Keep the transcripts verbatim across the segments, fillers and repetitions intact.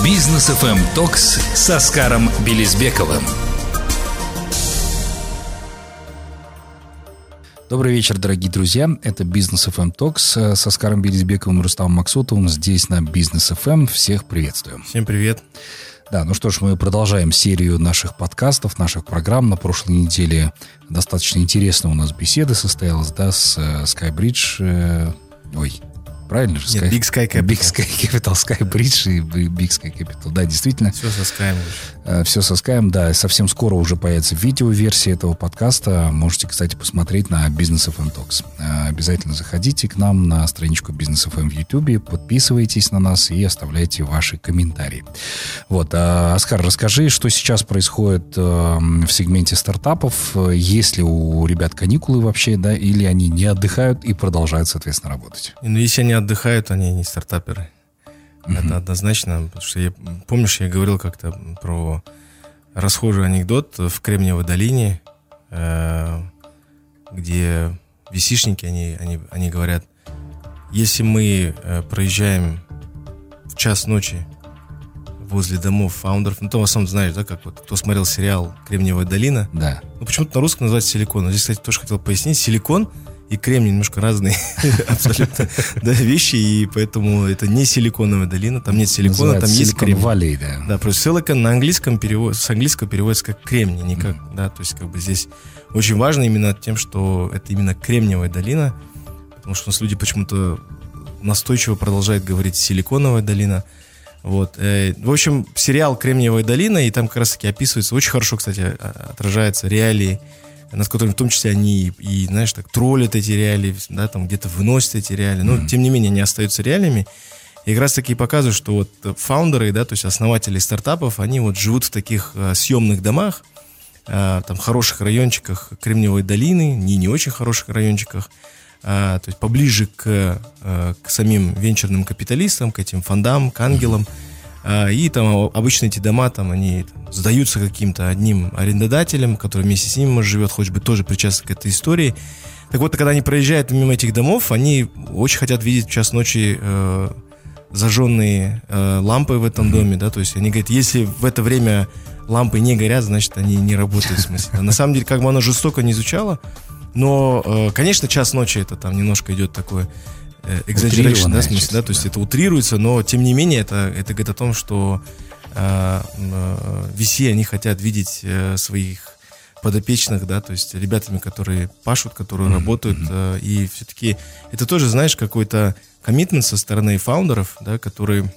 Бизнес эф эм Talks с Оскаром Белезбековым. Добрый вечер, дорогие друзья. Это Бизнес эф эм Talks с Оскаром Белезбековым и Рустамом Максутовым. Здесь на Бизнес эф эм. Всех приветствуем. Всем привет. Да, ну что ж, мы продолжаем серию наших подкастов, наших программ. На прошлой неделе достаточно интересно у нас беседа состоялась, да, с Skybridge. Э, ой, правильно же? Нет, Sky, Big Sky Capital. Big Sky Capital, Skybridge и Big Sky Capital. Да, действительно. Все со Sky. Э, все со Sky, да. Совсем скоро уже появится видеоверсия этого подкаста. Можете, кстати, посмотреть на Бизнес эф эм Talks. Э, обязательно заходите к нам на страничку Бизнес эф эм в YouTube, подписывайтесь на нас и оставляйте ваши комментарии. Вот, а, Оскар, расскажи, что сейчас происходит э, в сегменте стартапов. Есть ли у ребят каникулы вообще, да, или они не отдыхают и продолжают, соответственно, работать? Ну, если они отдыхают, они не стартаперы. Uh-huh. Это однозначно. Потому что я, помнишь, я говорил как-то про расхожий анекдот в Кремниевой долине, э, где ви си-шники, они, они, они говорят, если мы э, проезжаем в час ночи возле домов фаундеров, ну, ты в основном знаешь, да, как вот, кто смотрел сериал «Кремниевая долина», да. Ну, почему-то на русском называется силикон. Но здесь, кстати, тоже хотел пояснить, силикон и кремний немножко разные абсолютно вещи, и поэтому это не силиконовая долина, там нет силикона, там есть кремний. Valley, да. Да, просто silicon на английском перевод, с английского переводится как кремний, не как, mm-hmm. да, то есть как бы здесь очень важно именно тем, что это именно кремниевая долина, потому что у нас люди почему-то настойчиво продолжают говорить силиконовая долина. Вот. В общем, сериал «Кремниевая долина», и там как раз-таки описывается, очень хорошо, кстати, отражаются реалии, над которыми в том числе они и, знаешь, так троллят эти реалии, да, там где-то выносят эти реалии, но mm-hmm. тем не менее они остаются реалиями. И как раз таки показывают, что вот фаундеры, да, то есть основатели стартапов, они вот живут в таких а, съемных домах, а, там хороших райончиках Кремниевой долины, не не очень хороших райончиках, а, то есть поближе к, а, к самим венчурным капиталистам, к этим фондам, к ангелам. И там обычно эти дома, там, они там, сдаются каким-то одним арендодателем, который вместе с ними, может, живет, хочет быть тоже причастен к этой истории. Так вот, когда они проезжают мимо этих домов, они очень хотят видеть в час ночи э, зажженные э, лампы в этом доме, да, то есть они говорят, если в это время лампы не горят, значит, они не работают, в смысле. На самом деле, как бы оно жестоко не звучало, но, э, конечно, час ночи это там немножко идет такое... exaggeration, да, в смысле, да, то есть да. Это утрируется, но тем не менее это, это говорит о том, что э, э, ви си, они хотят видеть э, своих подопечных, да, то есть ребятами, которые пашут, которые mm-hmm. работают, э, и все-таки это тоже, знаешь, какой-то коммитмент со стороны фаундеров, да, которые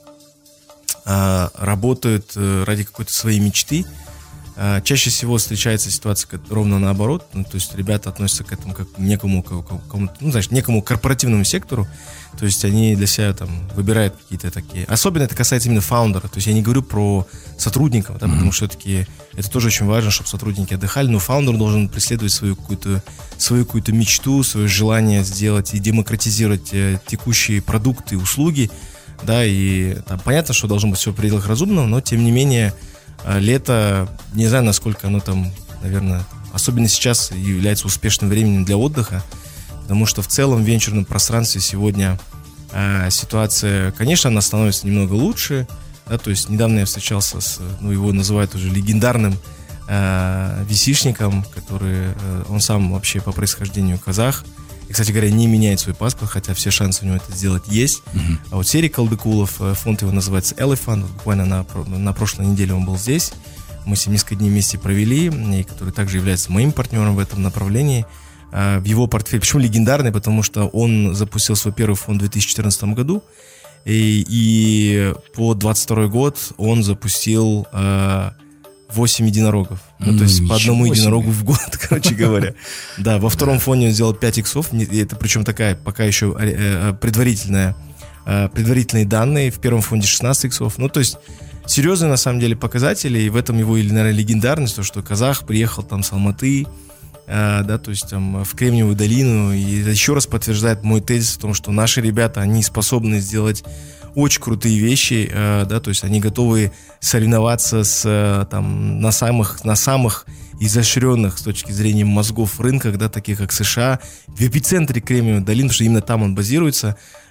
э, работают э, ради какой-то своей мечты. Чаще всего встречается ситуация ровно наоборот, ну, то есть ребята относятся к этому как к некому, к, к, ну, знаешь, некому корпоративному сектору, то есть они для себя там выбирают какие-то такие, особенно это касается именно фаундера, то есть я не говорю про сотрудников, да, mm-hmm. потому что все-таки это тоже очень важно, чтобы сотрудники отдыхали, но фаундер должен преследовать свою какую-то, свою какую-то мечту, свое желание сделать и демократизировать э, текущие продукты и услуги, да, и там понятно, что должно быть все в пределах разумного, но тем не менее лето, не знаю, насколько оно там, наверное, особенно сейчас является успешным временем для отдыха, потому что в целом в венчурном пространстве сегодня э, ситуация, конечно, она становится немного лучше, да, то есть недавно я встречался с, ну, его называют уже легендарным э, ви си-шником, который, э, он сам вообще по происхождению казах, и, кстати говоря, не меняет свой паспорт, хотя все шансы у него это сделать есть. Mm-hmm. А вот Серик Калдыкулов, фонд его называется Elephant, буквально на, на прошлой неделе он был здесь. Мы с ним несколько дней вместе провели, и который также является моим партнером в этом направлении. В его портфель, почему легендарный? Потому что он запустил свой первый фонд в две тысячи четырнадцатом году, и, и по двадцать второй год он запустил восемь единорогов. Ну, то есть по одному единорогу в год, короче говоря. Да, во втором фонде он сделал пять иксов. Это причем такая пока еще предварительная, предварительные данные. В первом фонде шестнадцать иксов. Ну, то есть серьезные на самом деле показатели. И в этом его, наверное, легендарность, то, что казах приехал там с Алматы, да, то есть там в Кремниевую долину. И это еще раз подтверждает мой тезис о том, что наши ребята, они способны сделать очень крутые вещи, э, да, то есть они готовы соревноваться с, э, там, на самых, на самых изощренных с точки зрения мозгов рынках, да, таких как США, в эпицентре Кремниевой долины, потому что именно там он базируется.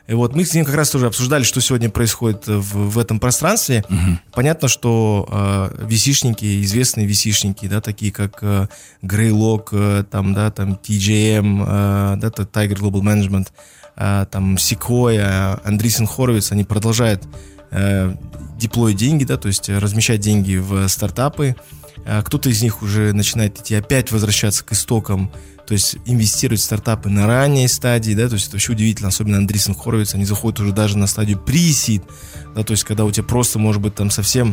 И вот мы с ним как раз тоже обсуждали, что сегодня происходит в, в этом пространстве. Uh-huh. Понятно, что э, ви си-шники, известные ви си-шники, да, такие как э, Greylock, э, там, да, там ти джей эм, э, да, Tiger Global Management, э, там Sequoia, Andreessen Horowitz, они продолжают э, деплоить деньги, да, то есть размещать деньги в стартапы. Э, кто-то из них уже начинает идти опять возвращаться к истокам, то есть инвестировать в стартапы на ранней стадии, да, то есть это вообще удивительно, особенно Andreessen Horowitz, они заходят уже даже на стадию pre-seed, да, то есть когда у тебя просто, может быть, там совсем,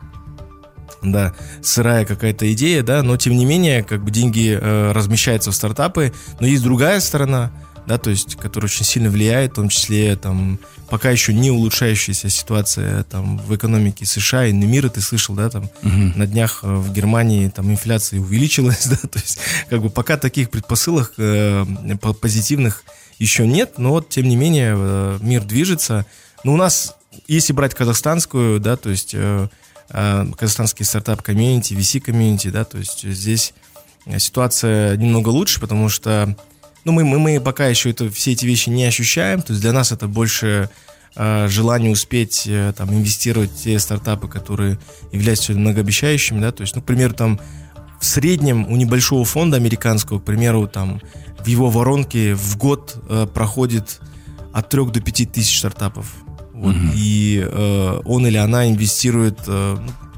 да, сырая какая-то идея, да, но тем не менее, как бы деньги э, размещаются в стартапы, но есть другая сторона, да, то есть, которая очень сильно влияет, в том числе, там, пока еще не улучшающаяся ситуация, там, в экономике США и мира, ты слышал, да, там, uh-huh. на днях в Германии, там, инфляция увеличилась, да, то есть, как бы, пока таких предпосылок э, позитивных еще нет, но вот, тем не менее, э, мир движется, но у нас, если брать казахстанскую, да, то есть, э, э, казахстанский стартап-комьюнити, ви си-комьюнити, да, то есть, здесь ситуация немного лучше, потому что Ну, мы, мы, мы пока еще это, все эти вещи не ощущаем, то есть для нас это больше э, желание успеть э, там, инвестировать в те стартапы, которые являются многообещающими, да, то есть, ну, к примеру, там, в среднем у небольшого фонда американского, к примеру, там, в его воронке в год э, проходит от трех до пяти тысяч стартапов, вот, mm-hmm. и э, он или она инвестирует э,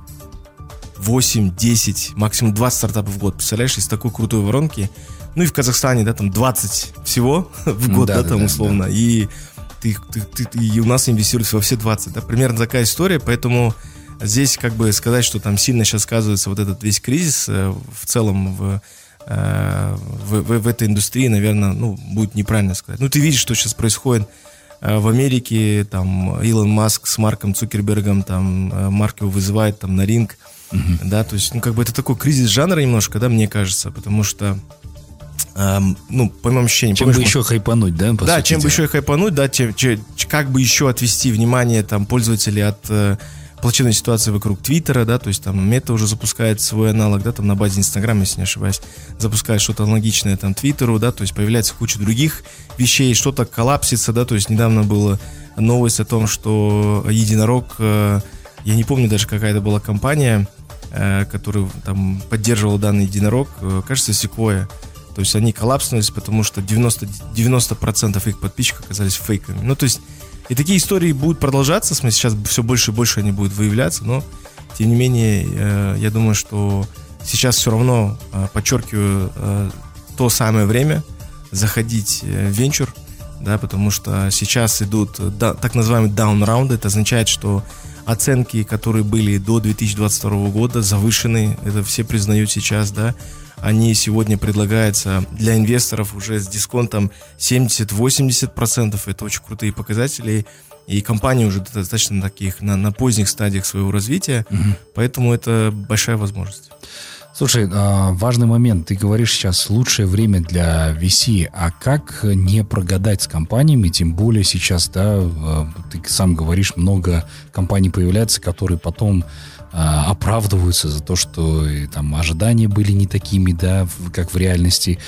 восемь-десять, максимум двадцать стартапов в год, представляешь, из такой крутой воронки. Ну и в Казахстане, да, там двадцать всего в год, да, да, там да, условно. Да. И, ты, ты, ты, и у нас инвестируют во все двадцать, да, примерно такая история, поэтому здесь как бы сказать, что там сильно сейчас сказывается вот этот весь кризис э, в целом в, э, в, в, в этой индустрии, наверное, ну, будет неправильно сказать. Ну, ты видишь, что сейчас происходит э, в Америке, там, Илон Маск с Марком Цукербергом, там, э, Марк его вызывает там на ринг, uh-huh. да, то есть, ну, как бы это такой кризис жанра немножко, да, мне кажется, потому что Um, ну, по моему ощущению. Чем бы еще хайпануть, да? Да, чем бы еще и хайпануть, да, чем, чем, как бы еще отвести внимание там пользователей от э, плачевной ситуации вокруг Твиттера, да, то есть там Мета уже запускает свой аналог, да, там на базе Инстаграма, если не ошибаюсь, запускает что-то аналогичное там Твиттеру, да, то есть появляется куча других вещей, что-то коллапсится, да, то есть недавно была новость о том, что Единорог, э, я не помню даже, какая это была компания, э, которая там поддерживала данный Единорог, э, кажется, Sequoia. То есть они коллапснулись, потому что девяносто, девяносто процентов их подписчиков оказались фейками. Ну, то есть, и такие истории будут продолжаться, в смысле, сейчас все больше и больше они будут выявляться, но, тем не менее, э, я думаю, что сейчас все равно, э, подчеркиваю, э, то самое время заходить в венчур, да, потому что сейчас идут да, так называемые даун-раунды, это означает, что оценки, которые были до две тысячи двадцать второго года, завышены, это все признают сейчас, да, они сегодня предлагаются для инвесторов уже с дисконтом семьдесят-восемьдесят процентов. Это очень крутые показатели. И компании уже достаточно таких на, на поздних стадиях своего развития. Угу. Поэтому это большая возможность. Слушай, важный момент. Ты говоришь сейчас лучшее время для ви си. А как не прогадать с компаниями? Тем более сейчас, да, ты сам говоришь, много компаний появляется, которые потом оправдываются за то, что там ожидания были не такими, да, как в реальности,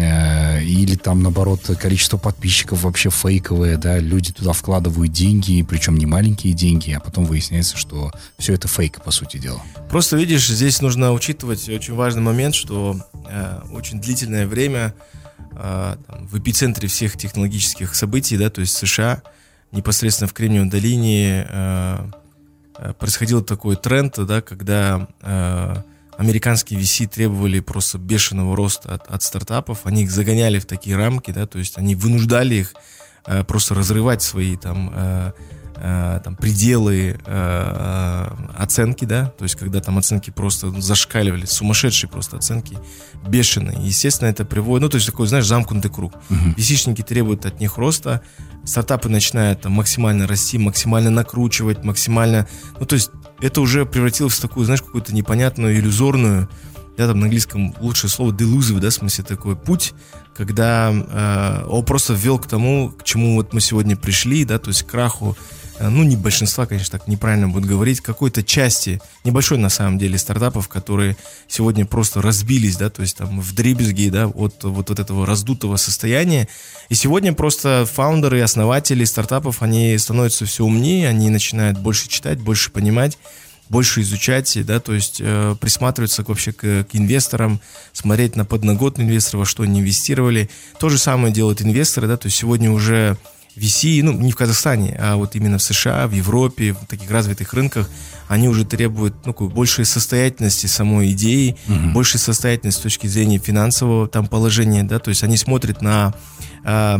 или там, наоборот, количество подписчиков вообще фейковое, да, люди туда вкладывают деньги, причем не маленькие деньги, а потом выясняется, что все это фейк, по сути дела. Просто, видишь, здесь нужно учитывать очень важный момент, что э, очень длительное время э, там, в эпицентре всех технологических событий, да, то есть США, непосредственно в Кремниевой долине, э, происходил такой тренд, да, когда э, американские ви си требовали просто бешеного роста от, от стартапов, они их загоняли в такие рамки, да, то есть они вынуждали их э, просто разрывать свои там, э, э, там пределы э, оценки, да, то есть когда там оценки просто зашкаливали, сумасшедшие просто оценки, бешеные. Естественно, это приводит, ну, то есть такой, знаешь, замкнутый круг. Uh-huh. ви си-шники требуют от них роста, стартапы начинают там максимально расти, максимально накручивать, максимально... Ну, то есть это уже превратилось в такую, знаешь, какую-то непонятную, иллюзорную, да, там на английском лучшее слово delusive, да, в смысле такой путь, когда э, он просто ввел к тому, к чему вот мы сегодня пришли, да, то есть к краху ну, не большинства, конечно, так неправильно будет говорить, какой-то части, небольшой на самом деле, стартапов, которые сегодня просто разбились, да, то есть там вдребезги, да, от вот, от этого раздутого состояния. И сегодня просто фаундеры, основатели стартапов, они становятся все умнее, они начинают больше читать, больше понимать, больше изучать, да, то есть э, присматриваться вообще к, к инвесторам, смотреть на подноготные инвесторов, во что они инвестировали. То же самое делают инвесторы, да, то есть сегодня уже ви си, ну, не в Казахстане, а вот именно в США, в Европе, в таких развитых рынках, они уже требуют, ну, большей состоятельности самой идеи, mm-hmm. большей состоятельности с точки зрения финансового там положения, да, то есть они смотрят на э,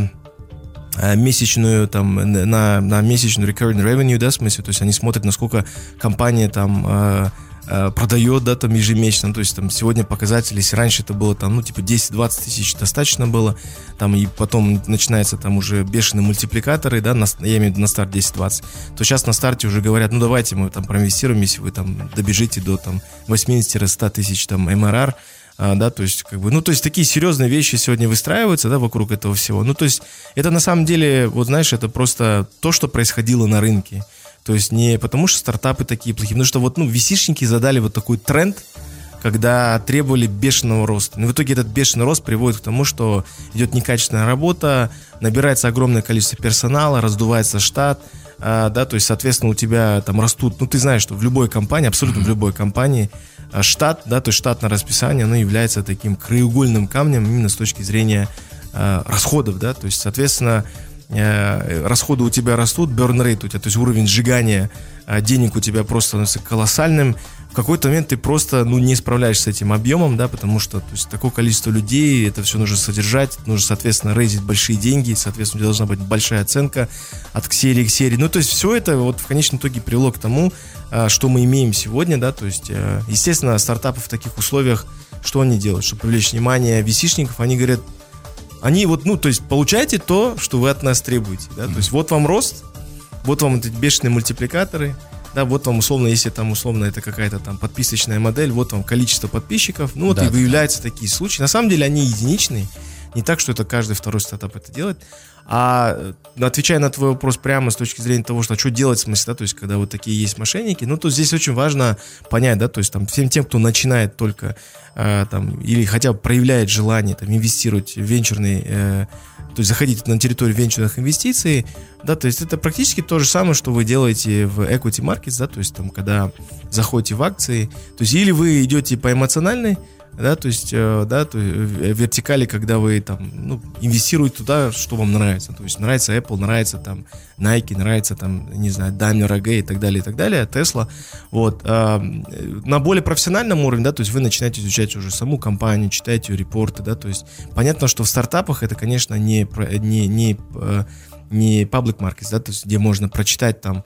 месячную, там, на, на месячную recurring revenue, да, в смысле, то есть они смотрят, насколько компания там э, э, продает, да, там, ежемесячно, то есть там сегодня показатели, если раньше это было там, ну, типа десять-двадцать тысяч достаточно было, там, и потом начинается там уже бешеные мультипликаторы, да, на, я имею в виду на старт десять-двадцать, то сейчас на старте уже говорят, ну, давайте мы там проинвестируем, если вы там добежите до там восемьдесят-сто тысяч там эм эр ар, А, да, то есть, как бы, ну, то есть, такие серьезные вещи сегодня выстраиваются, да, вокруг этого всего. Ну, то есть, это на самом деле, вот знаешь, это просто то, что происходило на рынке. То есть, не потому что стартапы такие плохие, потому что вот, ну, ви си-шники задали вот такой тренд, когда требовали бешеного роста. Но в итоге этот бешеный рост приводит к тому, что идет некачественная работа, набирается огромное количество персонала, раздувается штат, а, да, то есть, соответственно, у тебя там растут, ну, ты знаешь, что в любой компании, абсолютно в любой компании, штат, да, то есть штатное расписание, оно является таким краеугольным камнем именно с точки зрения э, расходов, да, то есть, соответственно, э, расходы у тебя растут, burn rate у тебя, то есть уровень сжигания э, денег у тебя просто становится колоссальным. В какой-то момент ты просто, ну, не справляешься с этим объемом, да, потому что, то есть, такое количество людей, это все нужно содержать, нужно, соответственно, рейзить большие деньги, соответственно, должна быть большая оценка от серии к серии. Ну, то есть, все это вот в конечном итоге привело к тому, что мы имеем сегодня, да, то есть, естественно, стартапы в таких условиях, что они делают, чтобы привлечь внимание ви си-шников, они говорят, они вот, ну, то есть, получайте то, что вы от нас требуете, да, то есть, вот вам рост, вот вам эти бешеные мультипликаторы, да, вот вам условно, если там условно это какая-то там подписочная модель, вот вам количество подписчиков, ну вот да, и выявляются да. такие случаи. На самом деле они единичные, не так, что это каждый второй стартап это делает, а отвечая на твой вопрос прямо с точки зрения того, что а что делать в смысле, да, то есть когда вот такие есть мошенники, ну то здесь очень важно понять, да, то есть там всем тем, кто начинает только э, там или хотя бы проявляет желание там инвестировать в венчурные, э, то есть заходить на территорию венчурных инвестиций, да, то есть это практически то же самое, что вы делаете в equity markets, да, то есть там когда заходите в акции, то есть или вы идете по эмоциональной, да, то есть, э, да, то, э, вертикали, когда вы там, ну, инвестируете туда, что вам нравится, то есть нравится Apple, нравится там Nike, нравится там, не знаю, Daimler эй джи и так далее, и так далее, Tesla, вот, э, на более профессиональном уровне, да, то есть вы начинаете изучать уже саму компанию, читаете ее репорты, да, то есть понятно, что в стартапах это, конечно, не, не, не, не public markets, да, то есть где можно прочитать там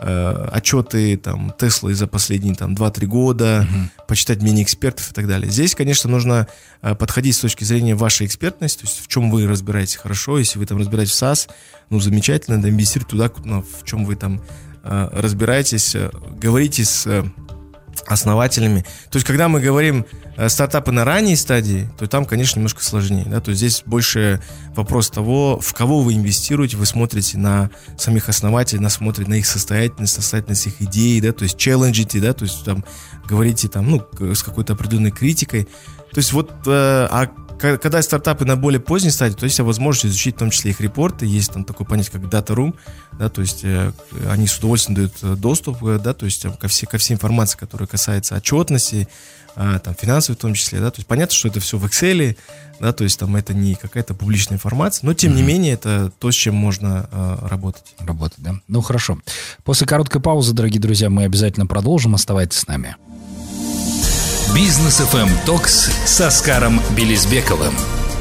отчеты там Теслы за последние там два-три года, uh-huh. почитать мнение экспертов и так далее. Здесь, конечно, нужно подходить с точки зрения вашей экспертности, то есть в чем вы разбираетесь хорошо. Если вы там разбираетесь в SaaS, ну, замечательно, да, инвестируйте туда, ну, в чем вы там разбираетесь, говорите с основателями. То есть, когда мы говорим э, стартапы на ранней стадии, то там, конечно, немножко сложнее. Да? То есть, здесь больше вопрос того, в кого вы инвестируете, вы смотрите на самих основателей, на, смотрите на их состоятельность, состоятельность их идей, да? То есть, челленджите, да? То есть, там, говорите там, ну, с какой-то определенной критикой. То есть, вот, э, а когда стартапы на более поздней стадии, то есть возможность изучить в том числе их репорты, есть там такое понятие, как Data Room, да, то есть э, они с удовольствием дают доступ, да, то есть э, ко, все, ко всей информации, которая касается отчетности, э, там, финансовой в том числе, да, то есть понятно, что это все в Excel, да, то есть там это не какая-то публичная информация, но тем mm-hmm. не менее это то, с чем можно э, работать. Работать, да. Ну, хорошо. После короткой паузы, дорогие друзья, мы обязательно продолжим, оставайтесь с нами. Бизнес эф эм Talks с Оскаром Белизбековым.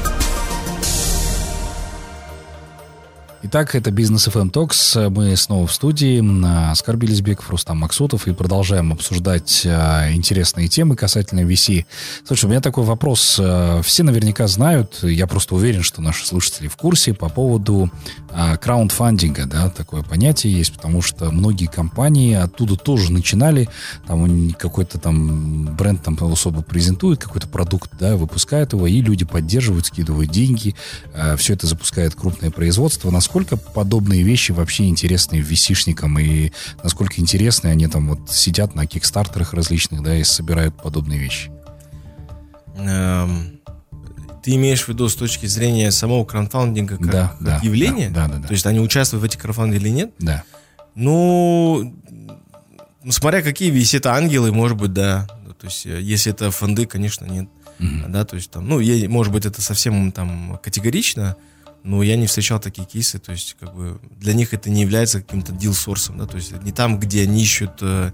Итак, это Бизнес эф эм Talks. Мы снова в студии. Оскар Белизбеков, Рустам Максутов. И продолжаем обсуждать а, интересные темы касательно ви си. Слушай, у меня такой вопрос. Все наверняка знают, я просто уверен, что наши слушатели в курсе по поводу а, краундфандинга. Да, такое понятие есть, потому что многие компании оттуда тоже начинали. Там какой-то там бренд там особо презентует, какой-то продукт, да, выпускает его, и люди поддерживают, скидывают деньги. А, все это запускает крупное производство. Насколько насколько подобные вещи вообще интересны ви си-шникам, и насколько интересны они там вот сидят на кикстартерах различных, да, и собирают подобные вещи? Эм, ты имеешь в виду с точки зрения самого краудфандинга как, да, как да, явления? Да, да, да, да. То есть они участвуют в этих краудфандингах или нет? Да. Ну, смотря какие, если это ангелы, может быть, да. То есть если это фонды, конечно, нет. Mm-hmm. Да, то есть там, ну, я, может быть, это совсем там категорично, но я не встречал такие кейсы, то есть как бы для них это не является каким-то дил-сорсом, да, то есть не там, где они ищут э,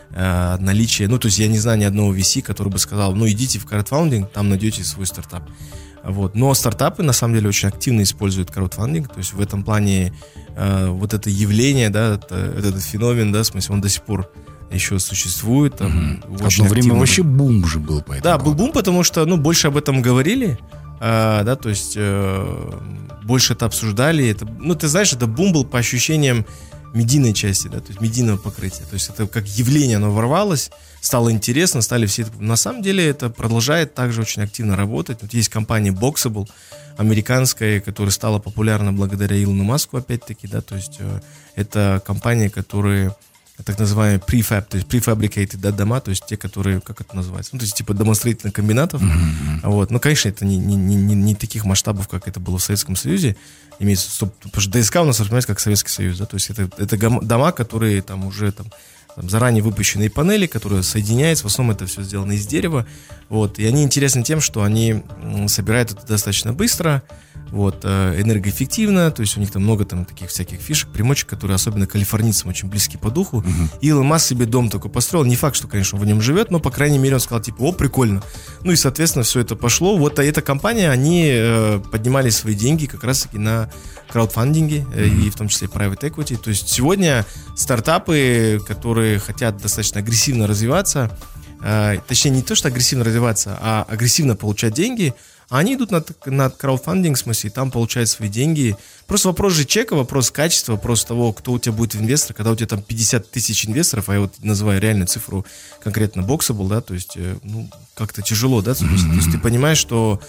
э, наличие, ну, то есть я не знаю ни одного ви си, который бы сказал, ну, идите в краудфандинг, там найдете свой стартап. Вот. Но стартапы, на самом деле, очень активно используют краудфандинг, то есть в этом плане э, вот это явление, да, это, этот феномен, да, в смысле, он до сих пор еще существует. Там, угу. Одно время активно. Вообще бум же был по этому Да, поводу. был бум, потому что, ну, больше об этом говорили, а, да, то есть э, больше это обсуждали. Это, ну, ты знаешь, это бум был по ощущениям медийной части, да, то есть медийного покрытия. То есть это как явление, оно ворвалось, стало интересно, стали все... На самом деле это продолжает также очень активно работать. Вот есть компания Boxable, американская, которая стала популярна благодаря Илону Маску, опять-таки, да, то есть э, это компания, которая... так называемые prefab, то есть prefabricated, да, дома, то есть те, которые, как это называется, ну, то есть типа домостроительных комбинатов. Mm-hmm. Вот. Ну, конечно, это не, не, не, не таких масштабов, как это было в Советском Союзе. Имеется, стоп, потому что ДСК у нас воспринимается как Советский Союз, да, то есть это, это дома, которые там уже там, там заранее выпущенные панели, которые соединяются, в основном это все сделано из дерева, вот, и они интересны тем, что они собирают это достаточно быстро, вот, энергоэффективно, то есть у них там много там таких всяких фишек, примочек, которые особенно калифорнийцам очень близки по духу. Uh-huh. И Илон Маск себе дом такой построил, не факт, что, конечно, он в нем живет, но, по крайней мере, он сказал, типа, о, прикольно. Ну и, соответственно, все это пошло. Вот, а эта компания, они э, поднимали свои деньги как раз-таки на краудфандинге, э, uh-huh. и в том числе private equity. То есть сегодня стартапы, которые хотят достаточно агрессивно развиваться, э, точнее, не то, что агрессивно развиваться, а агрессивно получать деньги, они идут на, на краудфандинг, в смысле, и там получают свои деньги. Просто вопрос же чека, вопрос качества, вопрос того, кто у тебя будет инвестор. Когда у тебя там пятьдесят тысяч инвесторов, а я вот называю реальную цифру конкретно Boxable, да, то есть, ну, как-то тяжело, да, mm-hmm. то есть ты понимаешь, что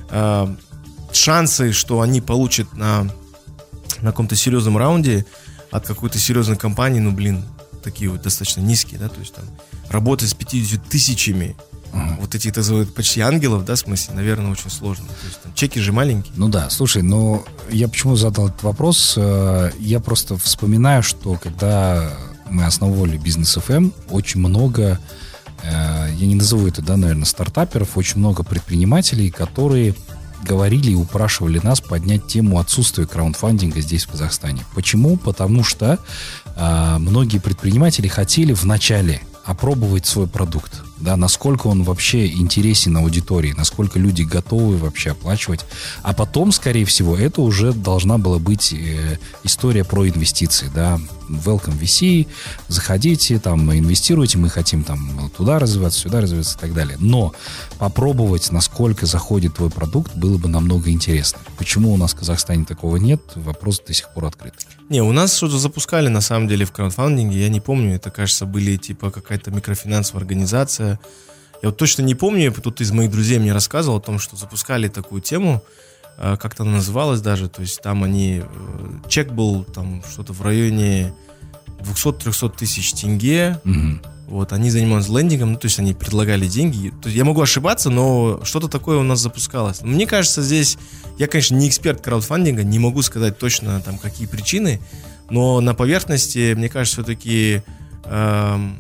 э, шансы, что они получат на, на каком-то серьезном раунде от какой-то серьезной компании, ну, блин, такие вот достаточно низкие, да, то есть там работать с пятьюдесятью тысячами Uh-huh. вот этих, так называют, почти ангелов, да, в смысле, наверное, очень сложно. То есть там чеки же маленькие. Ну да, слушай, ну я почему задал этот вопрос? Я просто вспоминаю, что когда мы основывали Бизнес эф эм, очень много, я не назову это, да, наверное, стартаперов, очень много предпринимателей, которые говорили и упрашивали нас поднять тему отсутствия краундфандинга здесь, в Казахстане. Почему? Потому что э, многие предприниматели хотели вначале опробовать свой продукт, да, насколько он вообще интересен аудитории, насколько люди готовы вообще оплачивать. А потом, скорее всего, это уже должна была быть э, история про инвестиции, да. Welcome ви си, заходите, там, инвестируйте, мы хотим там туда развиваться, сюда развиваться и так далее. Но попробовать, насколько заходит твой продукт, было бы намного интересно. Почему у нас в Казахстане такого нет, вопрос до сих пор открыт. Не, у нас что-то запускали, на самом деле, в краудфандинге, я не помню, это, кажется, были типа какая-то микрофинансовая организация. Я вот точно не помню, кто-то из моих друзей мне рассказывал о том, что запускали такую тему, как-то она называлась даже, то есть там они, чек был там что-то в районе двести-триста тысяч тенге, mm-hmm. вот, они занимались лендингом, ну, то есть они предлагали деньги, то есть я могу ошибаться, но что-то такое у нас запускалось. Мне кажется, здесь, я, конечно, не эксперт краудфандинга, не могу сказать точно там какие причины, но на поверхности, мне кажется, все-таки эм,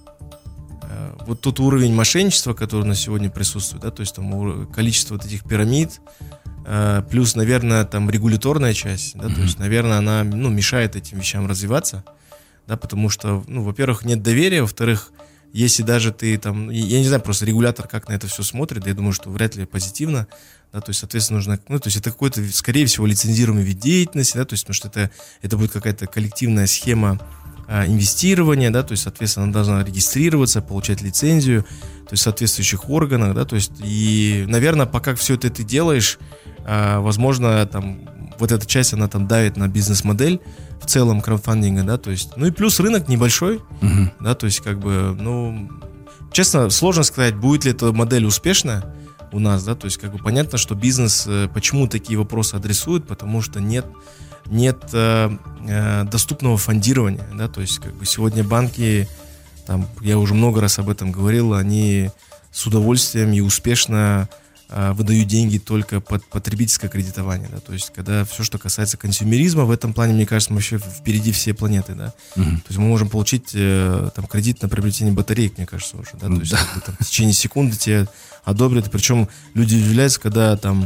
э, вот тот уровень мошенничества, который на сегодня присутствует, да, то есть там количество вот этих пирамид, плюс, наверное, там регуляторная часть, да, mm-hmm. то есть, наверное, она, ну, мешает этим вещам развиваться, да, потому что, ну, во-первых, нет доверия, во-вторых, если даже ты там, я не знаю, просто регулятор как на это все смотрит, я думаю, что вряд ли позитивно, да, то есть, соответственно, нужно, ну, то есть это какой-то, скорее всего, лицензируемый вид деятельности, да, то есть, потому что это, это будет какая-то коллективная схема а, инвестирования, да, то есть, соответственно, она должна регистрироваться, получать лицензию, то есть, в соответствующих органах, да, то есть, и, наверное, пока все это ты делаешь, а, возможно, там, вот эта часть, она там давит на бизнес-модель в целом краудфандинга, да, то есть, ну и плюс рынок небольшой, uh-huh. да, то есть, как бы, ну, честно, сложно сказать, будет ли эта модель успешна у нас, да, то есть, как бы, понятно, что бизнес, почему такие вопросы адресует, потому что нет нет э, э, доступного фондирования, да, то есть как бы сегодня банки, там, я уже много раз об этом говорил, они с удовольствием и успешно э, выдают деньги только под потребительское кредитование, да, то есть когда все, что касается консюмеризма, в этом плане, мне кажется, мы вообще впереди всей планеты, да, mm-hmm. то есть мы можем получить э, там кредит на приобретение батареек, мне кажется, уже, да, то есть как бы, там, в течение секунды тебе одобрят, причем люди удивляются, когда там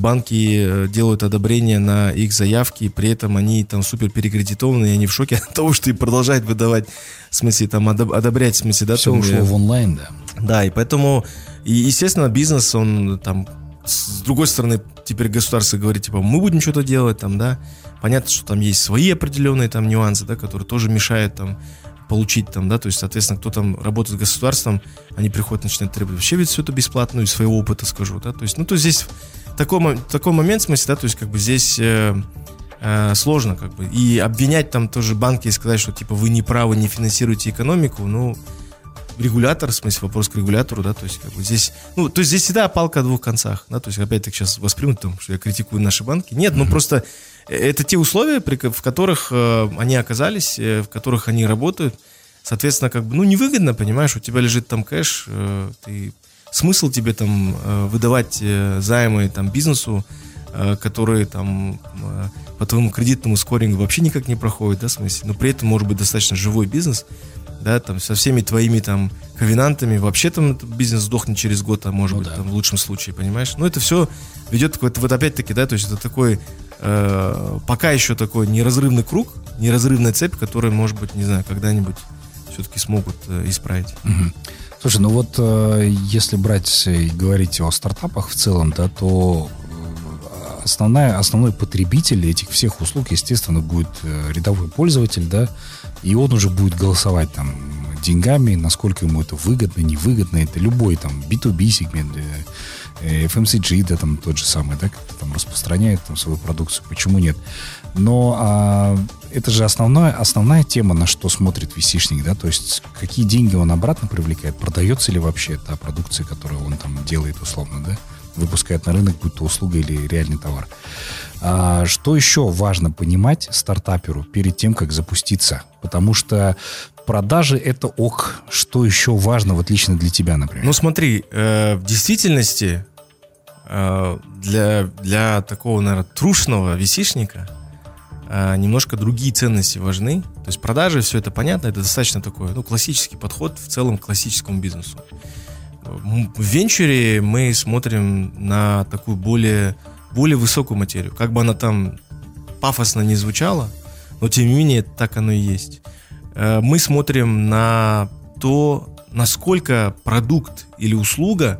банки делают одобрение на их заявки, при этом они там супер перекредитованы, и они в шоке от того, что им продолжают выдавать, в смысле, там, одобрять, в смысле, да. Все там, ушло в онлайн, да. Да, и поэтому, и, естественно, бизнес, он там, с другой стороны, теперь государство говорит, типа, мы будем что-то делать, там, да. Понятно, что там есть свои определенные там нюансы, да, которые тоже мешают там получить там, да, то есть, соответственно, кто там работает с государством, они приходят, начинают требовать вообще ведь все это бесплатно, из своего опыта скажу, да, то есть, ну, то есть здесь такой, такой момент, в смысле, да, то есть, как бы здесь э, э, сложно, как бы, и обвинять там тоже банки и сказать, что, типа, вы не правы, не финансируете экономику, ну, регулятор, в смысле, вопрос к регулятору, да, то есть, как бы, здесь, ну, то есть, здесь всегда палка о двух концах, да, то есть, опять-таки, сейчас воспримут, там, что я критикую наши банки, нет, ну, просто это те условия, в которых э, они оказались, э, в которых они работают. Соответственно, как бы, ну, невыгодно, понимаешь, у тебя лежит там кэш, э, ты, смысл тебе там э, выдавать э, займы там бизнесу, э, которые там э, по твоему кредитному скорингу вообще никак не проходят, да, в смысле, но при этом может быть достаточно живой бизнес, да, там, со всеми твоими там ковенантами, вообще там этот бизнес сдохнет через год, а может ну, быть, да. там, в лучшем случае, понимаешь, ну, это все ведет, вот, вот опять-таки, да, то есть это такой Э, пока еще такой неразрывный круг, неразрывная цепь, которая, может быть, не знаю, когда-нибудь все-таки смогут э, исправить. Угу. Слушай, ну вот э, если брать и говорить о стартапах в целом, да, то основная, основной потребитель этих всех услуг, естественно, будет э, рядовой пользователь, да, и он уже будет голосовать там деньгами, насколько ему это выгодно, невыгодно, это любой там би ту би сегмент, эф эм си джи, да, там тот же самый, да, там распространяет там свою продукцию, почему нет? Но а, это же основная, основная тема, на что смотрит ви си-шник, да, то есть какие деньги он обратно привлекает, продается ли вообще та продукция, которую он там делает условно, да, выпускает на рынок, будь то услуга или реальный товар. А, что еще важно понимать стартаперу перед тем, как запуститься? Потому что продажи — это ок. Что еще важно вот лично для тебя, например? Ну смотри, э, в действительности э, для, для такого, наверное, трушного ви си-шника э, немножко другие ценности важны. То есть продажи, все это понятно, это достаточно такой, ну, классический подход в целом к классическому бизнесу. В венчуре мы смотрим на такую более, более высокую материю. Как бы она там пафосно не звучала, но тем не менее так оно и есть. Мы смотрим на то, насколько продукт или услуга,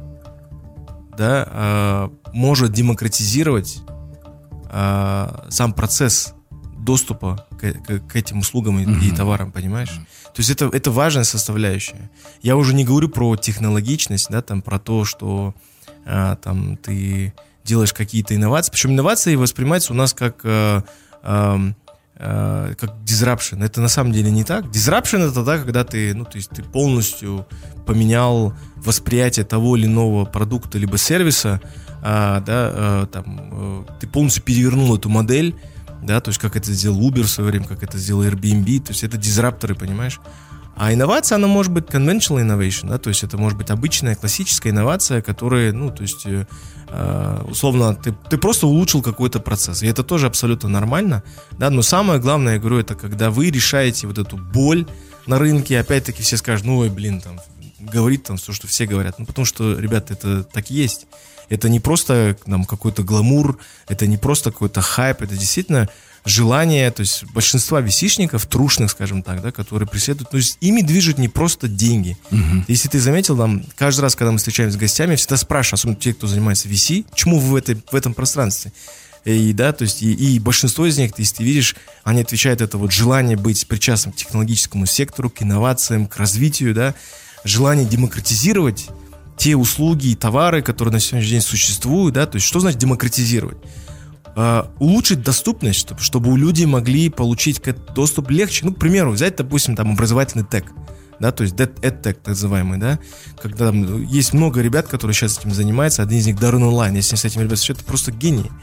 да, может демократизировать сам процесс доступа к, к, к этим услугам и, mm-hmm. и товарам, понимаешь? Mm-hmm. То есть это, это важная составляющая. Я уже не говорю про технологичность, да, там, про то, что а, там, ты делаешь какие-то инновации. Причем инновации воспринимаются у нас как, а, а, а, как disruption. Это на самом деле не так. Disruption — это тогда, когда ты, ну, то есть ты полностью поменял восприятие того или иного продукта либо сервиса, а, да, а, там, а, ты полностью перевернул эту модель, да, то есть как это сделал Uber в свое время, как это сделал Airbnb, то есть это дизрапторы, понимаешь? А инновация, она может быть conventional innovation, да, то есть это может быть обычная классическая инновация, которая, ну, то есть э, условно ты, ты просто улучшил какой-то процесс, и это тоже абсолютно нормально, да, но самое главное, я говорю, это когда вы решаете вот эту боль на рынке, опять-таки все скажут, ну, ой, блин, там, говорит там то, что все говорят, ну, потому что, ребята, это так и есть. Это не просто там, какой-то гламур, это не просто какой-то хайп, это действительно желание, то есть большинства ви си-шников, трушных, скажем так, да, которые преследуют, то есть ими движут не просто деньги. Uh-huh. Если ты заметил, там, каждый раз, когда мы встречаемся с гостями, всегда спрашивают, особенно те, кто занимается ви си, почему вы в, этой, в этом пространстве? И, да, то есть, и, и большинство из них, если ты видишь, они отвечают, это вот желание быть причастным к технологическому сектору, к инновациям, к развитию, да, желание демократизировать те услуги и товары, которые на сегодняшний день существуют, да, то есть что значит демократизировать? Uh, улучшить доступность, чтобы, чтобы люди могли получить доступ легче. Ну, к примеру, взять, допустим, там образовательный тег, да, то есть EdTech, так называемый, да, когда там, есть много ребят, которые сейчас этим занимаются, один из них Дарун онлайн, если с этим ребят встречаются, это просто гении.